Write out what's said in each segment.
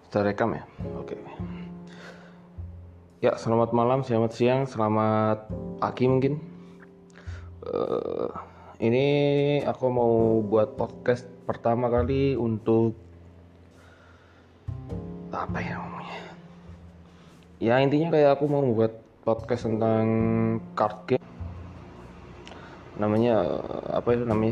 Kita rekam ya. Oke. Ya, selamat malam, selamat siang, selamat pagi mungkin. Ini aku mau buat podcast pertama kali untuk apa ya ngomongnya? Ya intinya kayak aku mau buat podcast tentang card game. Namanya apa itu namanya?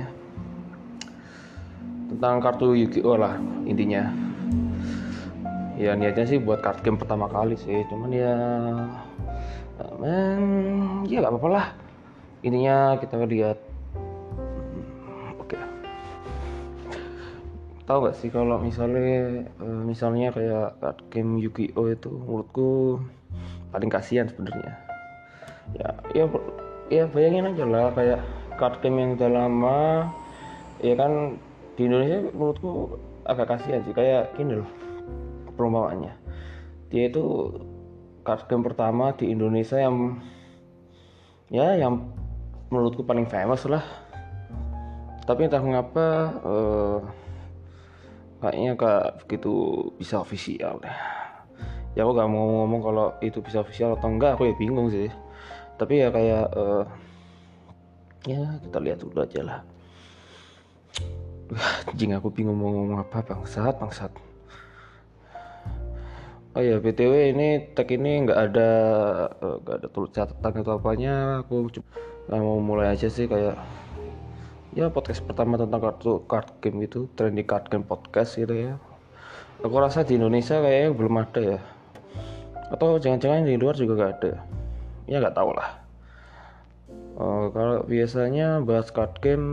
Tentang kartu Yu-Gi-Oh lah intinya. Ya niatnya sih buat card game pertama kali sih, cuman ya ya nggak apa-apa lah. Intinya kita lihat. Oke. Tahu nggak sih kalau misalnya kayak card game Yu-Gi-Oh itu menurutku paling kasihan sebenarnya. Ya, ya, ya bayangin aja lah kayak card game yang udah lama, ya kan di Indonesia menurutku agak kasihan sih kayak gini loh perumpamaannya. Dia itu card game pertama di Indonesia yang menurutku paling famous lah. Tapi entah mengapa kayaknya gak begitu bisa official deh. Ya aku gak mau ngomong kalau itu bisa official atau enggak, aku ya bingung sih. Tapi ya kayak ya kita lihat dulu aja lah. Anjing, aku bingung mau ngomong apa, bangsat. Oh ya, BTW ini tag ini nggak ada tulis catatan atau apanya. Aku cuma mau mulai aja sih kayak ya podcast pertama tentang card game gitu, trending card game podcast gitu ya. Aku rasa di Indonesia kayaknya belum ada ya, atau jangan-jangan di luar juga gak ada ya, nggak tahu lah. Kalau biasanya bahas card game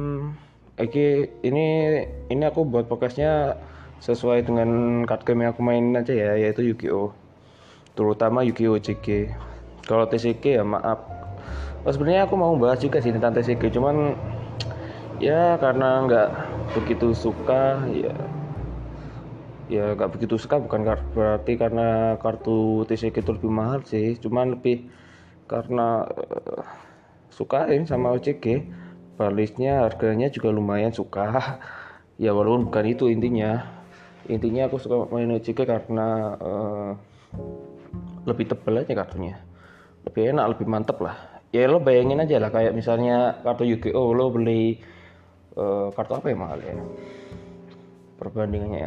ini aku buat podcastnya sesuai dengan card game yang aku mainin aja ya, yaitu Yu-Gi-Oh, terutama Yu-Gi-Oh CG. Kalau TCG ya maaf, sebenarnya aku mau bahas juga sih tentang TCG, cuman ya karena nggak begitu suka ya nggak begitu suka, bukan berarti karena kartu TCG itu lebih mahal sih, cuman lebih karena suka ini sama OCG, balisnya harganya juga lumayan suka. Ya walaupun bukan itu intinya aku suka main OCG karena lebih tebal aja kartunya, lebih enak, lebih mantep lah. Ya lo bayangin aja lah kayak misalnya kartu Yu-Gi-Oh lo beli kartu apa ya mahal ya perbandingannya,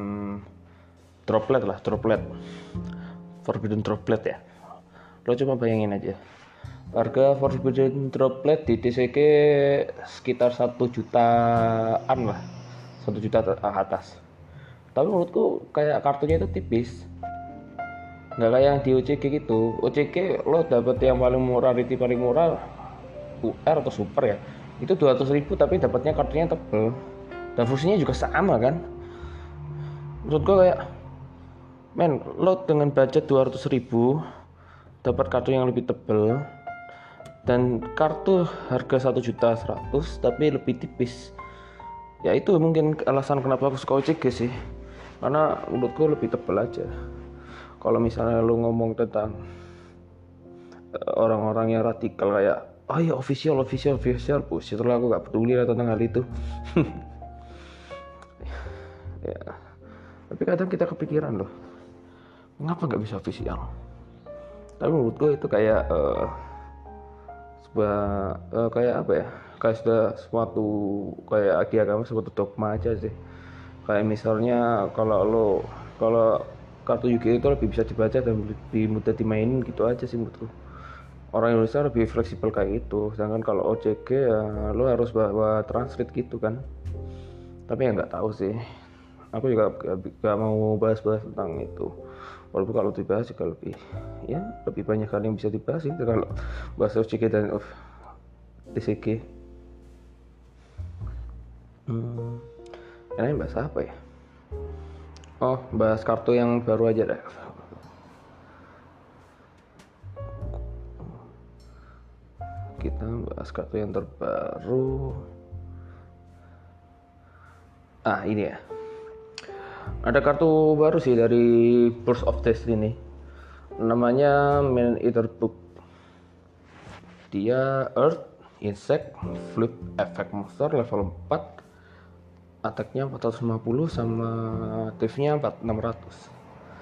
droplet Forbidden Droplet ya. Lo cuma bayangin aja harga Forbidden Droplet di TCG sekitar 1 jutaan lah, 1 juta atas. Tapi menurutku kayak kartunya itu tipis, nggak kayak yang di OCG gitu. OCG lo dapet yang paling murah, riti paling murah UR atau super ya, itu 200.000 tapi dapatnya kartunya tebel dan fungsinya juga sama kan. Menurut gue kayak lo dengan budget 200.000 dapat kartu yang lebih tebel dan kartu harga 1.100.000 tapi lebih tipis. Ya itu mungkin alasan kenapa aku suka OCG sih, karena menurutku lebih tebel aja. Kalau misalnya lo ngomong tentang orang-orang yang radikal kayak oh ya official bullshit lah, aku gak peduli lah tentang hal itu. Ya, tapi kadang kita kepikiran loh, kenapa nggak bisa official. Tapi menurut gue itu kayak sebuah kayak apa ya, kayak sudah suatu kayak di agama suatu dogma aja sih. Kayak misalnya kalau kartu Yu-Gi-Oh itu lebih bisa dibaca dan lebih mudah dimainin gitu aja sih menurutku. Orang Indonesia lebih fleksibel kayak gitu, sedangkan kalau OCG ya lo harus bawa translate gitu kan. Tapi ya nggak tahu sih, aku juga gak mau bahas-bahas tentang itu, walaupun kalau dibahas juga lebih banyak hal yang bisa dibahas itu kalau bahas OCG dan TCG. Ini bahas apa ya? Oh, bahas kartu yang baru aja deh. Kita bahas kartu yang terbaru. Ini ya, ada kartu baru sih dari Burst of Destiny, namanya Man Eater Book. Dia Earth, Insect, Flip Effect Monster level 4, attack-nya 450 sama thief-nya 600.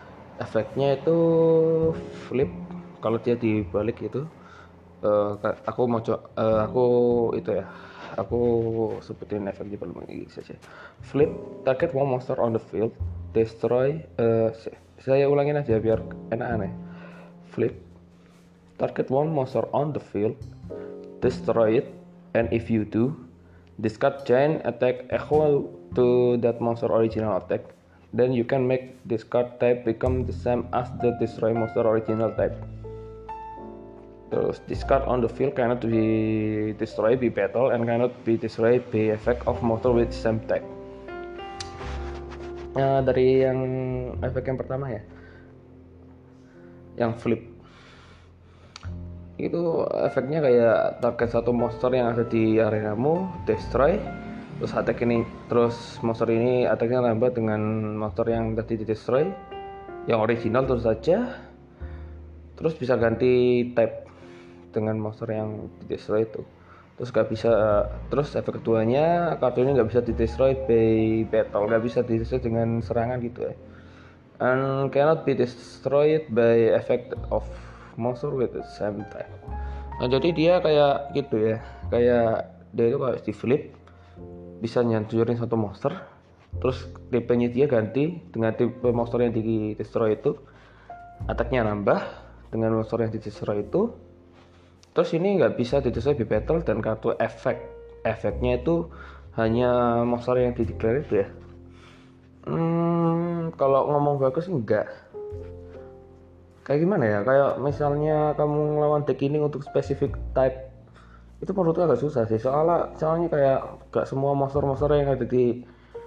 efeknya itu flip. Kalau dia dibalik itu aku mau aku itu ya, aku sebutin efek di dalam Inggris saja. Flip, target one monster on the field, destroy. Saya ulangin aja biar enak aneh. Flip, target one monster on the field, destroy it, and if you do, discard giant attack equal to that monster original attack. Then you can make this card type become the same as the destroy monster original type. Terus discard on the field cannot be destroyed by battle and cannot be destroyed by effect of monster with same type. Dari yang efek yang pertama ya, yang flip itu efeknya kayak target satu monster yang ada di arenamu destroy, terus attack ini, terus monster ini attacknya nambah dengan monster yang tadi di destroy yang original terus saja, terus bisa ganti type dengan monster yang di destroy itu. Terus gak bisa, terus efek keduanya kartu ini gak bisa di destroy by battle, gak bisa di destroy dengan serangan gitu ya, and cannot be destroyed by effect of monster with the same type. Nah jadi dia kayak gitu ya, kayak dia itu kalau di flip bisa nyancurin satu monster, terus tipe-nya dia ganti dengan tipe monster yang di destroy itu, attack-nya nambah dengan monster yang di destroy itu. Terus ini nggak bisa di-destroy di battle, dan kartu efeknya itu hanya monster yang di-declare itu ya. Kalau ngomong bagus enggak. Kayak gimana ya? Kayak misalnya kamu ngelawan deck ini untuk spesifik type, itu menurutku agak susah sih. Soalnya kayak gak semua monster-monster yang ada di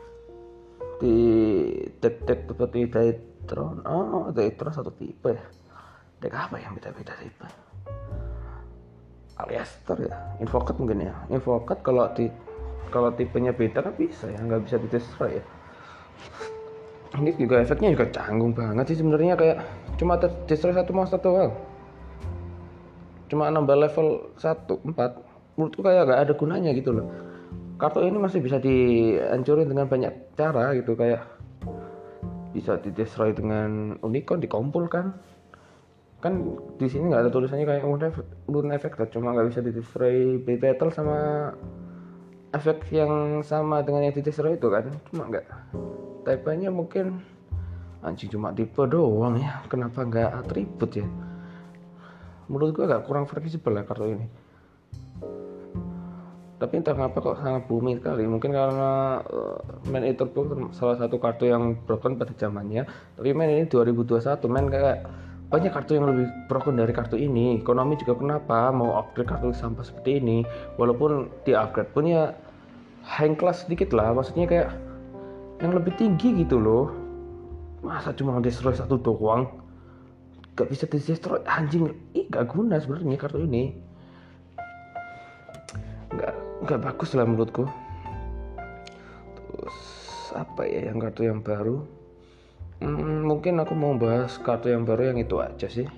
deck-deck seperti Daitron. Daitron satu tipe ya. Deck apa yang beda-beda tipe? Aliaster ya, Invocate mungkin ya. Invocate kalau tipenya beda kan bisa ya, nggak bisa di-destroy ya. Ini juga efeknya juga canggung banget sih sebenarnya, kayak cuma destroy satu monster doang, cuma nambah level 1-4. Menurutku kayak nggak ada gunanya gitu loh. Kartu ini masih bisa dihancurin dengan banyak cara gitu, kayak bisa di-destroy dengan unicorn, dikumpulkan. Kan di sini nggak ada tulisannya kayak Moon Effect, cuma nggak bisa di-destroy by battle sama efek yang sama dengan yang di-destroy itu kan, cuma nggak type-nya mungkin anjing cuma tipe doang ya, kenapa nggak atribut ya? Menurut gue agak kurang fleksibel ya kartu ini. Tapi entah kenapa kok sangat booming sekali, mungkin karena Man Eater Book salah satu kartu yang broken pada zamannya. Tapi Man ini 2021, Man kayak banyak kartu yang lebih broken dari kartu ini. Konami juga kenapa mau upgrade kartu sampah seperti ini, walaupun di upgrade pun ya high class sedikit lah, maksudnya kayak yang lebih tinggi gitu loh. Masa cuma destroy satu doang, gak bisa di destroy, anjing. Gak guna sebenarnya kartu ini, gak bagus lah menurutku. Terus apa ya yang kartu yang baru? Mungkin aku mau bahas kartu yang baru yang itu aja sih.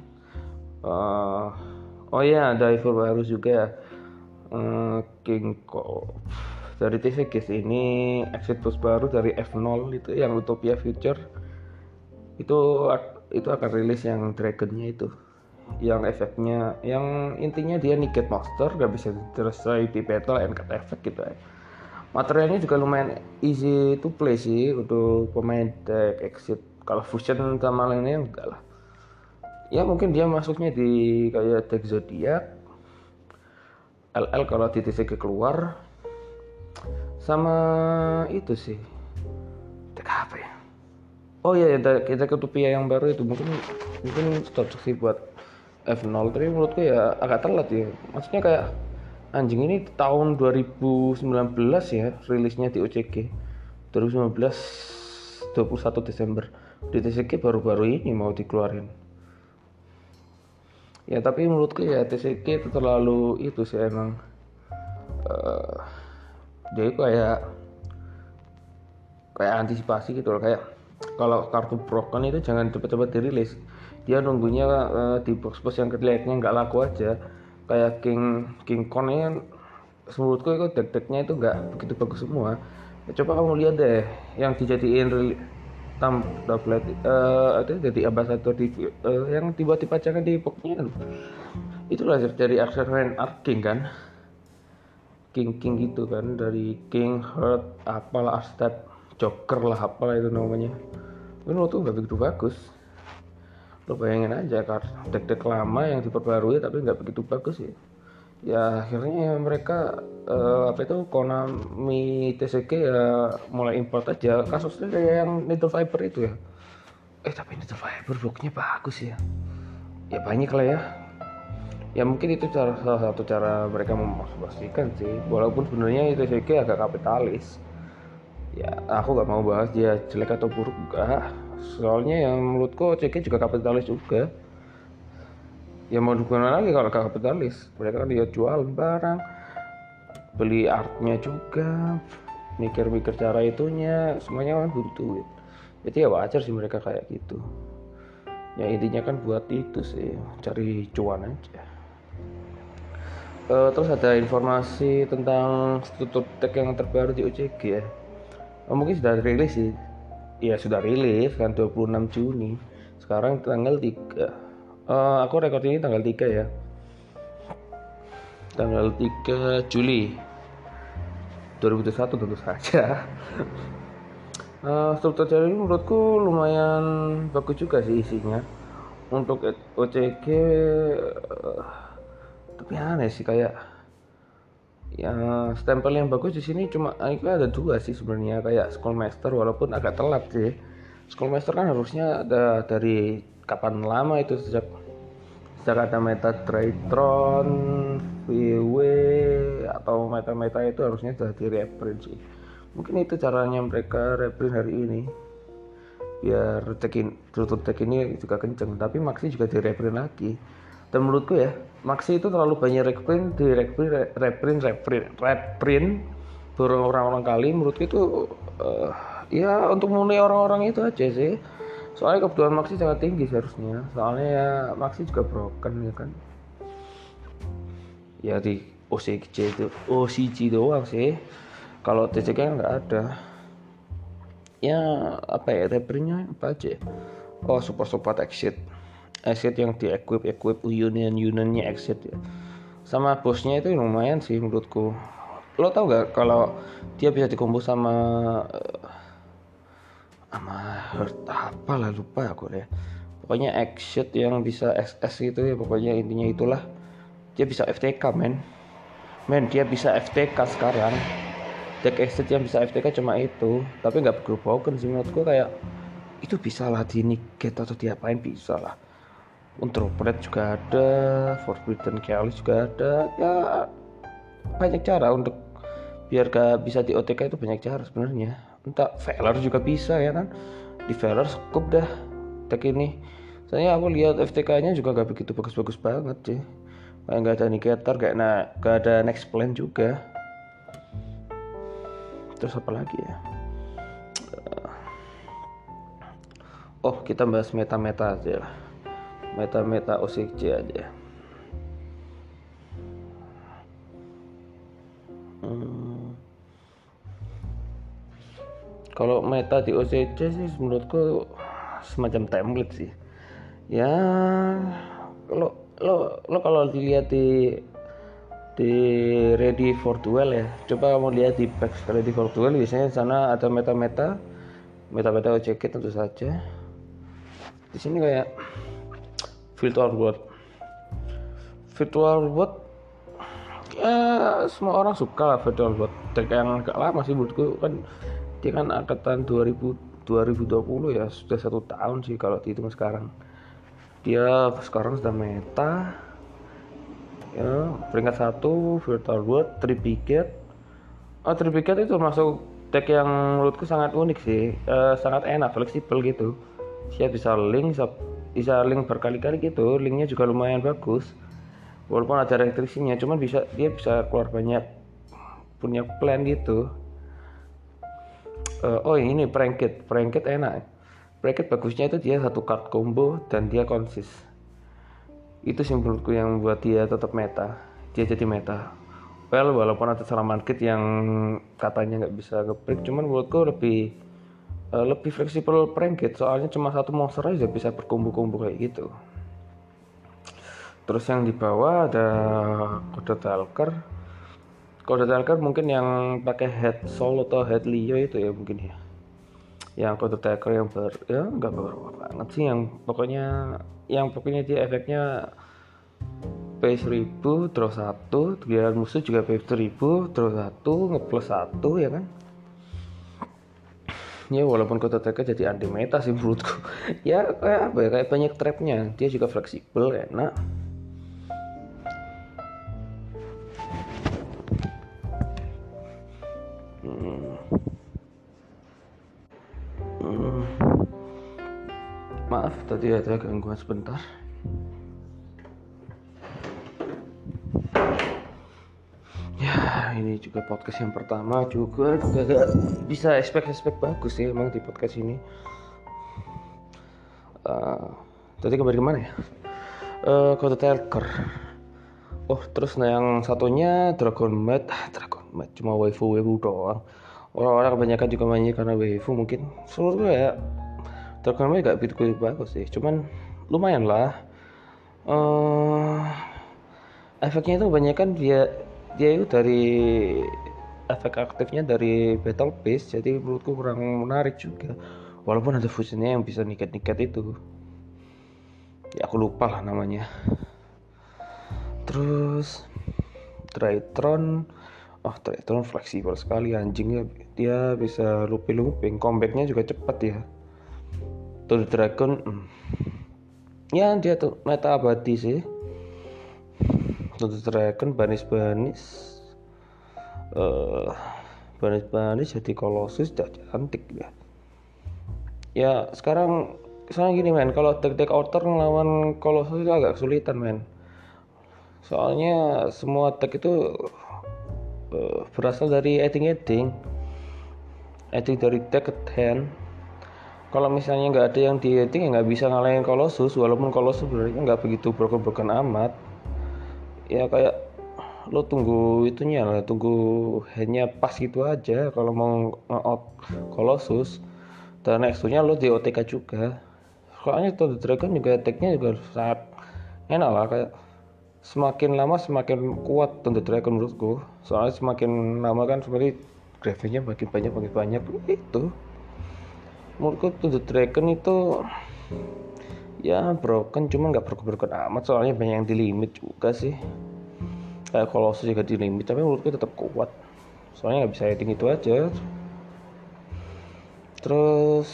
Oh ya, ada evil baru juga ya, King Cole dari TV Kiss ini. Exit boost baru dari F0 itu yang Utopia Future itu akan rilis yang dragonnya itu, yang efeknya, yang intinya dia negate monster, gak bisa destroy di battle and cut effect gitu ya. Materialnya juga lumayan easy to play sih untuk pemain deck Exit. Kalau fusion sama lainnya enggak lah ya, mungkin dia masuknya di kayak deck Zodiac LL kalau di TCG keluar, sama itu sih deck apa ya. Oh iya, kita Utopia yang baru itu mungkin cocok sih buat F0, tapi menurutku ya agak telat ya. Maksudnya kayak anjing, ini tahun 2019 ya rilisnya di OCG, 2019 21 Desember. Di TCG baru-baru ini mau dikeluarin ya, tapi menurutku ya TCG itu terlalu itu sih emang. Dia kayak antisipasi gitu loh, kayak kalau kartu broken itu jangan cepet-cepet dirilis, dia nunggunya di box-box yang kelihatannya nggak laku aja. Kayak King Kong ini kan menurutku itu deck-decknya itu nggak begitu bagus semua. Coba kamu lihat deh yang dijadiin Droplet itu jadi ambasador di yang dibuat dipajangkan di Pokemon. Itulah dari Axelrod King kan, King gitu kan, dari King Heart apalah Arstad Joker lah apalah itu namanya. Itu tuh nggak begitu bagus. Lo bayangin aja kan, deck-deck lama yang diperbarui tapi nggak begitu bagus ya. Ya akhirnya mereka apa itu Konami TCG ya mulai import aja, kasusnya kayak yang Needle Fiber itu ya. Tapi Needle Fiber boxnya bagus ya. Ya banyak lah ya. Ya mungkin itu salah satu cara mereka memastikan sih, walaupun sebenarnya itu TCG agak kapitalis. Ya aku gak mau bahas dia jelek atau buruk enggak, soalnya yang menurutku OCG juga kapitalis juga. Ya mau gimana lagi kalau kapitalis, mereka kan dia jual barang, beli artnya juga, mikir-mikir cara itunya, semuanya kan butuh duit. Jadi ya wajar sih mereka kayak gitu. Ya intinya kan buat itu sih, cari cuan aja. Terus ada informasi tentang struktur deck yang terbaru di OCG ya. Mungkin sudah rilis sih. Ya sudah rilis kan 26 Juni. Sekarang tanggal 3. Aku rekod ini tanggal 3 ya. Tanggal 3 Juli 2021 tentu saja. Struktur ini menurutku lumayan bagus juga sih isinya. Untuk OCG tapi aneh sih, kayak ya stempel yang bagus di sini cuma ada 2 sih sebenarnya, kayak Skullmaster, walaupun agak telat sih. Skullmaster kan harusnya ada dari kapan lama itu, sejak ada meta Traytron, VW atau meta itu harusnya sudah di reprint sih. Mungkin itu caranya mereka reprint hari ini biar tutup deck ini juga kenceng, tapi Maxi juga di reprint lagi. Dan menurutku ya Maxi itu terlalu banyak reprint baru orang-orang kali. Menurutku itu ya untuk mulai orang-orang itu aja sih, soalnya kebutuhan Maxi sangat tinggi seharusnya, soalnya ya Maxi juga broken ya kan. Ya di OCG doang sih, kalau TCG kan nggak ada. Ya apa ya, reprintnya apa aja. Support exit yang di equip unionnya exit ya, sama bosnya itu lumayan sih menurutku. Lo tau gak kalau dia bisa dikombos sama hurt apalah, lupa aku deh. Pokoknya exit yang bisa SS gitu ya, pokoknya intinya itulah. Dia bisa FTK men dia bisa FTK sekarang. Deck exit yang bisa FTK cuma itu, tapi nggak perlu broken sih menurutku. Kayak itu bisa lah di negate atau diapain, bisa lah. Untuk Droplet juga ada, Forbidden Chaos juga ada. Ya banyak cara untuk biar gak bisa di OTK, itu banyak cara sebenarnya. Entah Valor juga bisa ya kan, di Valor scoop dah deck ini. Soalnya aku lihat FTK nya juga gak begitu bagus-bagus banget sih, kayak gak ada negator, gak ada next plan juga. Terus apa lagi ya, kita bahas meta aja lah, meta OCG aja. Kalau meta di OCG sih menurutku semacam template sih ya. Kalau dilihat di Ready for Duel ya, coba kamu lihat di packs Ready for Duel, biasanya di sana ada meta OCG tentu saja. Di sini kayak Virtual World ya, semua orang suka lah Virtual World. Deck yang agak lama sih menurutku, kan dia kan angkatan 2020 ya, sudah 1 tahun sih kalau dihitung sekarang. Dia sekarang sudah meta ya, peringkat 1 Virtual World. Triplicate itu masuk deck yang menurutku sangat unik sih, sangat enak, fleksibel gitu. Dia bisa link berkali-kali gitu, linknya juga lumayan bagus, walaupun ada restriksinya, cuman dia bisa keluar banyak, punya plan gitu. Ini Prankit enak. Prankit bagusnya itu dia 1 card combo dan dia konsis. Itu sih menurutku yang membuat dia tetap meta. Dia jadi meta. Walaupun ada Salaman Kit yang katanya nggak bisa nge-break, cuman menurutku lebih lebih fleksibel frame gate, soalnya cuma satu monster aja bisa berkumpul-kumpul kayak gitu. Terus yang di bawah ada kode talker. Kode talker mungkin yang pakai head soul atau head Leo itu ya mungkin ya. Yang kode talker yang ya nggak berapa banget sih, yang pokoknya dia efeknya P1000 draw 1, giliran musuh juga P1000 draw 1 ngeplus 1 ya kan. Ya walaupun kode talker jadi anti meta sih menurutku. Ya kayak apa ya, kayak banyak trapnya, dia juga fleksibel enak. Maaf tadi ada gangguan sebentar. Ya ini juga podcast yang pertama juga gak bisa expect bagus sih emang di podcast ini. Tadi kembali kemana ya? Kode Talker. Oh terus yang satunya Dragon Maid cuma waifu doang. Orang-orang kebanyakan juga mainnya karena waifu mungkin. Seluruh ya Dragon Maid gak begitu bagus sih, cuman lumayan lah. Efeknya itu kebanyakan dia itu dari efek aktifnya dari Battle Pass, jadi menurutku kurang menarik juga. Walaupun ada fusionnya yang bisa niket itu, ya aku lupa lah namanya. Terus Tritron fleksibel sekali anjingnya, dia bisa looping, comebacknya juga cepat ya. Tuh Dragon ya dia tuh meta abadi sih. Tuh Dragon banis jadi Colossus udah cantik ya. Ya sekarang gini men, kalau deck outer ngelawan Colossus itu agak kesulitan men. Soalnya semua deck itu berasal dari adding dari deck ke hand. Kalau misalnya nggak ada yang di adding ya nggak bisa ngalahin Colossus, walaupun Colossus sebenarnya nggak begitu broken amat. Ya kayak lo tunggu itunya lah, tunggu handnya pas gitu aja kalau mau nge-out Colossus. Dan next-nya lo di OTK juga. Soalnya Thunder Dragon juga attack-nya juga sangat enak lah, kayak semakin lama semakin kuat Thunder Dragon menurutku. Soalnya semakin lama kan seperti grafiknya makin banyak itu. Menurutku Thunder Dragon itu ya broken, cuman nggak broken amat, soalnya banyak yang di limit juga sih. Kayak Colossus juga di limit, tapi menurutku tetap kuat. Soalnya nggak bisa hitting itu aja. Terus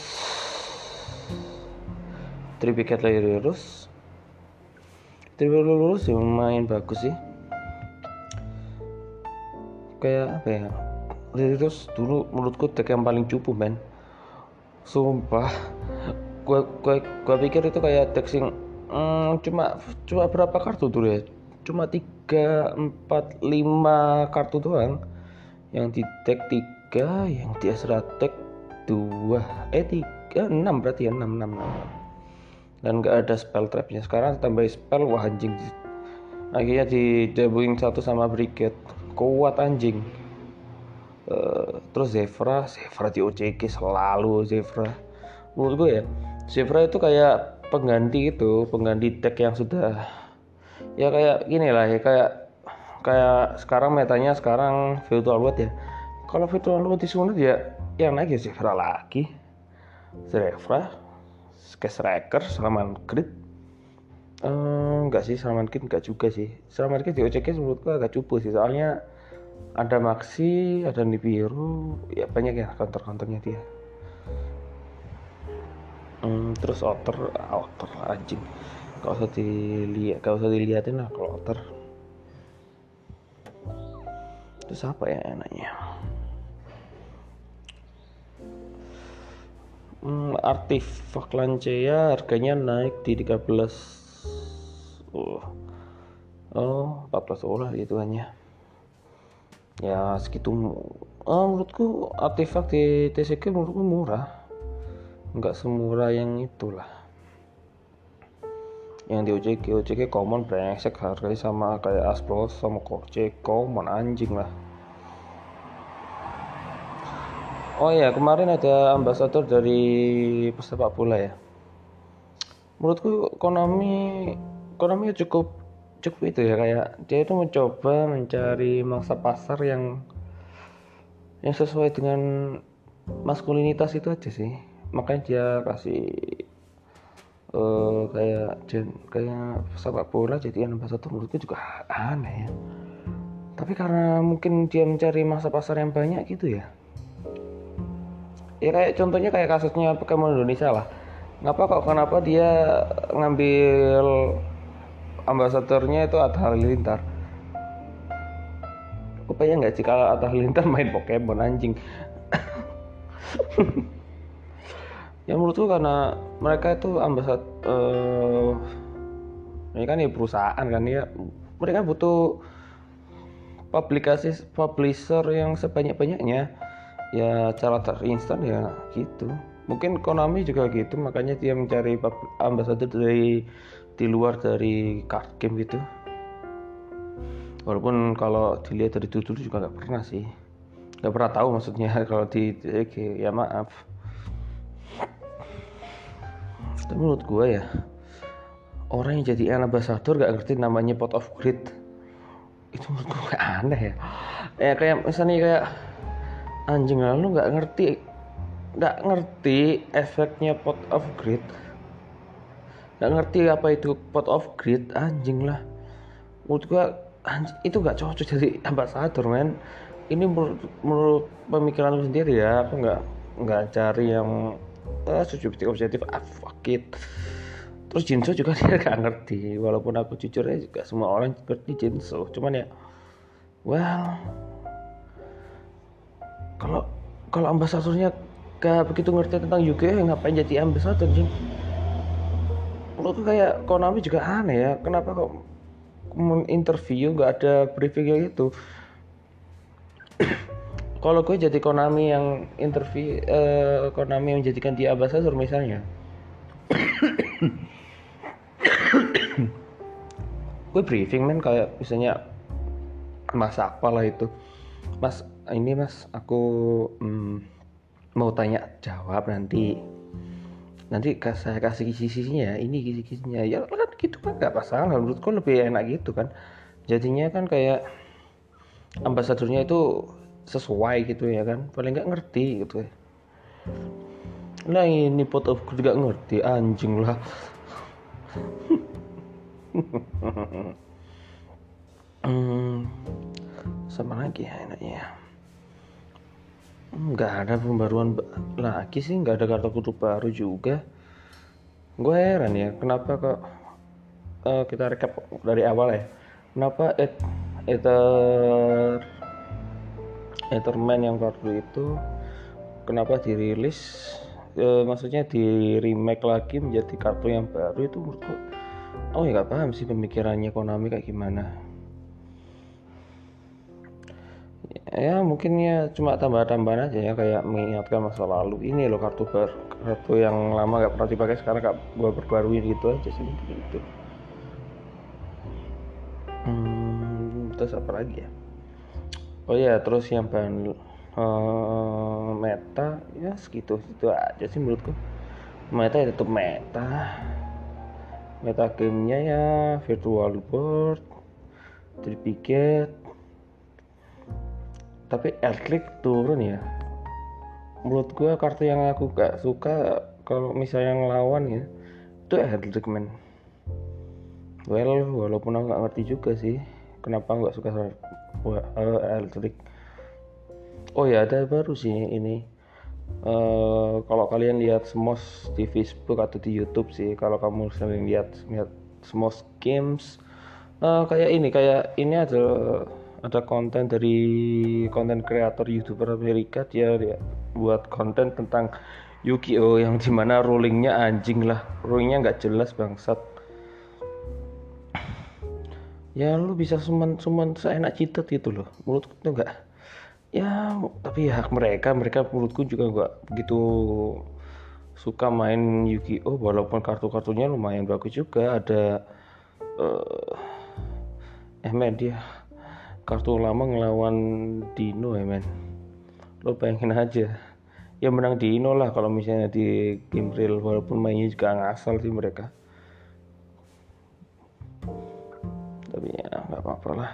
Tripicat Lurus ya lumayan bagus sih. Kayak apa ya, Lurus dulu menurutku deck yang paling cupu men. Sumpah gua pikir itu kayak deck sing cuma berapa kartu dulu ya, cuma 3, 4, 5 kartu doang yang di deck 3, yang di Ezra deck 2, 3, 6 berarti ya, 6. Dan gak ada spell trapnya. Sekarang tambah spell, wah anjing. Akhirnya di double 1 sama Brigade, kuat anjing. Terus Zefra di OCG selalu Zefra. Menurut gue ya, Zefra itu kayak pengganti deck yang sudah ya kayak gini lah ya, kayak sekarang metanya sekarang Virtual World ya. Kalau Virtual World disunat ya yang naik ya Zefra lagi. Zefra Cash Racker, Salaman Crit. Enggak sih, Salaman Crit enggak juga sih. Salaman Crit di OCG menurutku agak cupu sih, soalnya ada Maxi, ada Nibiru, ya banyak ya counter-counternya dia. Terus Otter anjing. Gak usah dilihatin lah kalau Otter. Terus apa ya enaknya? Artifak Lancea harganya naik di 13. 14 lah hitungannya. Ya segitu. Menurutku artifak di TCG menurutku murah. Enggak semurah yang itulah. Yang di OCG common brengsek, harganya sama kayak Aspros sama Korce, common anjing lah. Oh ya, kemarin ada ambasador dari pesepak bola ya. Menurutku Konami cukup cukup itu ya, kayak dia itu mencoba mencari mangsa pasar yang sesuai dengan maskulinitas itu aja sih. Makanya dia kasih kayak sepak bola jadi ambasador, menurutku juga aneh ya. Tapi karena mungkin dia mencari masa pasar yang banyak gitu ya. Ya kayak contohnya kayak kasusnya Pokemon Indonesia lah. Kenapa dia ngambil ambasadornya itu Atta Halilintar? Kebayang nggak sih kalau Atta Halilintar main Pokemon anjing? Ya menurutku karena mereka itu ini kan ya perusahaan kan ya, mereka butuh publisher yang sebanyak-banyaknya. Ya cara terinstan ya gitu. Mungkin Konami juga gitu, makanya dia mencari ambasador di luar dari card game gitu. Walaupun kalau dilihat dari dulu juga nggak pernah sih, nggak pernah tahu maksudnya kalau di TCG, ya maaf. Tapi menurut gue ya, orang yang jadi ambasador gak ngerti namanya Pot of Greed, itu menurut gue kayak aneh ya. Ya kayak misalnya kayak anjing lah, lu nggak ngerti efeknya Pot of Greed, nggak ngerti apa itu Pot of Greed, anjing lah. Menurut gua itu nggak cocok jadi ambasador, men. Ini menurut pemikiran lu sendiri ya, aku nggak cari yang subjektif, fuck it. Terus Jinso juga dia nggak ngerti, walaupun aku jujur aja juga semua orang ngerti Jinso, cuman ya well, kalau kalau ambasadornya gak begitu ngerti tentang Yu-Gi-Oh, ngapain jadi ambasador, jing? Menurutku kayak Konami juga aneh ya, kenapa kok interview nggak ada briefing gitu? Kalau gue jadi Konami yang interview, Konami yang menjadikan dia ambasador misalnya, gue briefing men, kayak misalnya Mas apalah itu, Mas ini Mas aku mau tanya jawab nanti saya kasih kisi-kisinya ya, ini kisi-kisinya ya kan, gitu kan nggak masalah, menurutku lebih enak gitu kan, jadinya kan kayak ambasadornya itu sesuai gitu ya kan, paling nggak ngerti gitu ya. Nah ini Pot of Greed gak ngerti, anjing lah. Sama lagi ya enaknya, nggak ada pembaruan lagi sih, nggak ada kartu kutu baru juga. Gue heran ya, kenapa kok kita recap dari awal ya, kenapa Etherman yang kartu itu kenapa dirilis, maksudnya di remake lagi menjadi kartu yang baru, itu menurutku ya nggak paham sih pemikirannya Konami kayak gimana. Ya mungkin ya cuma tambahan-tambahan aja ya, kayak mengingatkan masa lalu, ini loh kartu yang lama gak pernah dipakai sekarang gak gue perbaruin gitu aja sih, gitu. Terus apa lagi ya, oh ya terus yang bahan meta ya segitu aja sih menurutku. Meta ya tetap meta gamenya ya virtual board, Triplicate. Tapi Electric turun ya, menurut gue kartu yang aku gak suka kalau misalnya ngelawan ya itu Electric man. Walaupun aku gak ngerti juga sih kenapa gak suka Electric. Oh ya ada baru sih ini, kalau kalian lihat Smos di Facebook atau di YouTube sih, kalau kamu sering lihat Smos Games, kayak ini ada konten dari konten kreator YouTuber Amerika, dia buat konten tentang Yu-Gi-Oh yang dimana rulingnya anjing lah, rulingnya nggak jelas bangsat. Ya lu bisa summon seenak citet gitu loh, menurutku tuh nggak ya, tapi ya hak mereka menurutku juga nggak begitu suka main Yu-Gi-Oh, walaupun kartu-kartunya lumayan bagus juga. Ada men dia kartu lama ngelawan Dino ya men, lo bayangin aja ya menang di Ino lah kalau misalnya di game real, walaupun mainnya juga ngasal sih mereka, tapi ya nggak apa-apa lah.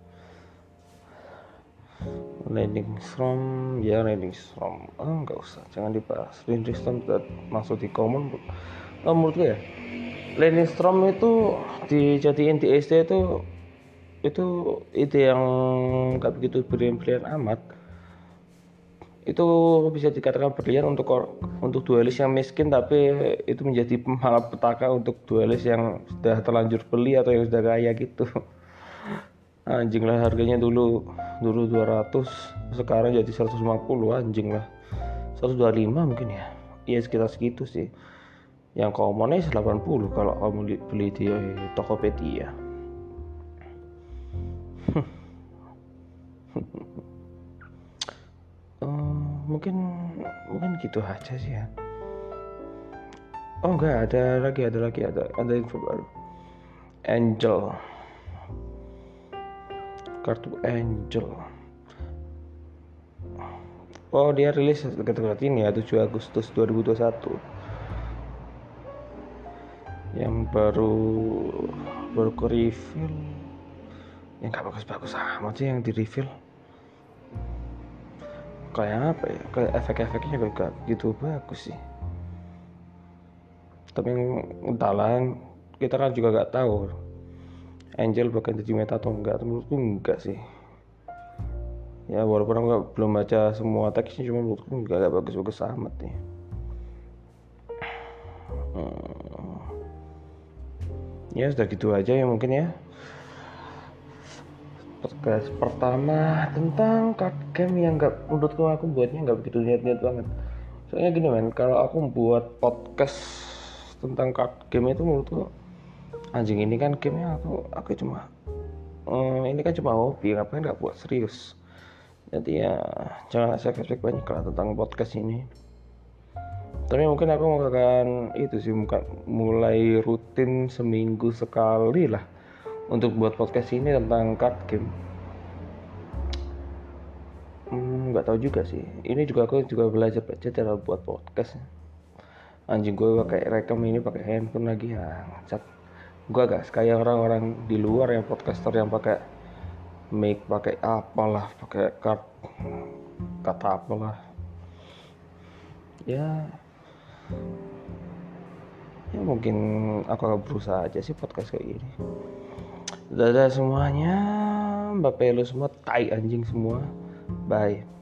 Landing Storm nggak usah, jangan dibahas. Landing Storm masuk di common. Menurut gue ya Landing Storm itu dijadiin di SD itu ide yang nggak begitu brilian amat. Itu bisa dikatakan brilian untuk duelis yang miskin, tapi itu menjadi malapetaka untuk duelis yang sudah terlanjur beli atau yang sudah kaya gitu. Anjing lah, harganya dulu 200, sekarang jadi 150, anjing lah. 125 mungkin ya. Iya sekitar segitu sih. Yang commonnya 80 kalau kamu beli di Tokopedia. Mungkin gitu aja sih ya. Oh enggak, ada info baru. Angel, kartu Angel. Oh, dia rilis dekat-dekat ini ya, 7 Agustus 2021. Yang baru ke reveal. Yang gak bagus-bagus amat sih yang di reveal. Kayak apa ya? Kayak efek-efeknya gak gitu bagus sih. Tapi entahlah, kita kan juga gak tahu Angel bakal jadi meta atau enggak. Menurutku enggak sih. Ya walaupun aku belum baca semua teksnya, cuma menurutku gak bagus-bagus amat nih. Ya sudah gitu aja ya mungkin ya. Podcast pertama tentang card game yang menurutku aku buatnya nggak begitu niat-niat banget. Soalnya gini men, kalau aku buat podcast tentang card game itu menurutku anjing, ini kan gamenya aku cuma ini kan cuma hobi, ngapain nggak buat serius. Jadi ya jangan expect banyak lah tentang podcast ini. Tapi mungkin aku akan itu sih mulai rutin seminggu sekali lah untuk buat podcast ini tentang card game. Nggak tahu juga sih. Ini juga aku belajar cara buat podcast. Anjing, gue pakai rekam ini pakai handphone lagi ya, ngacak. Gue agak kayak orang-orang di luar yang podcaster yang pakai mic, pakai apalah, pakai kata apalah. Ya mungkin aku akan berusaha aja sih podcast kayak gini. Dadah semuanya, Mbak Pelu semua, tai anjing semua. Bye.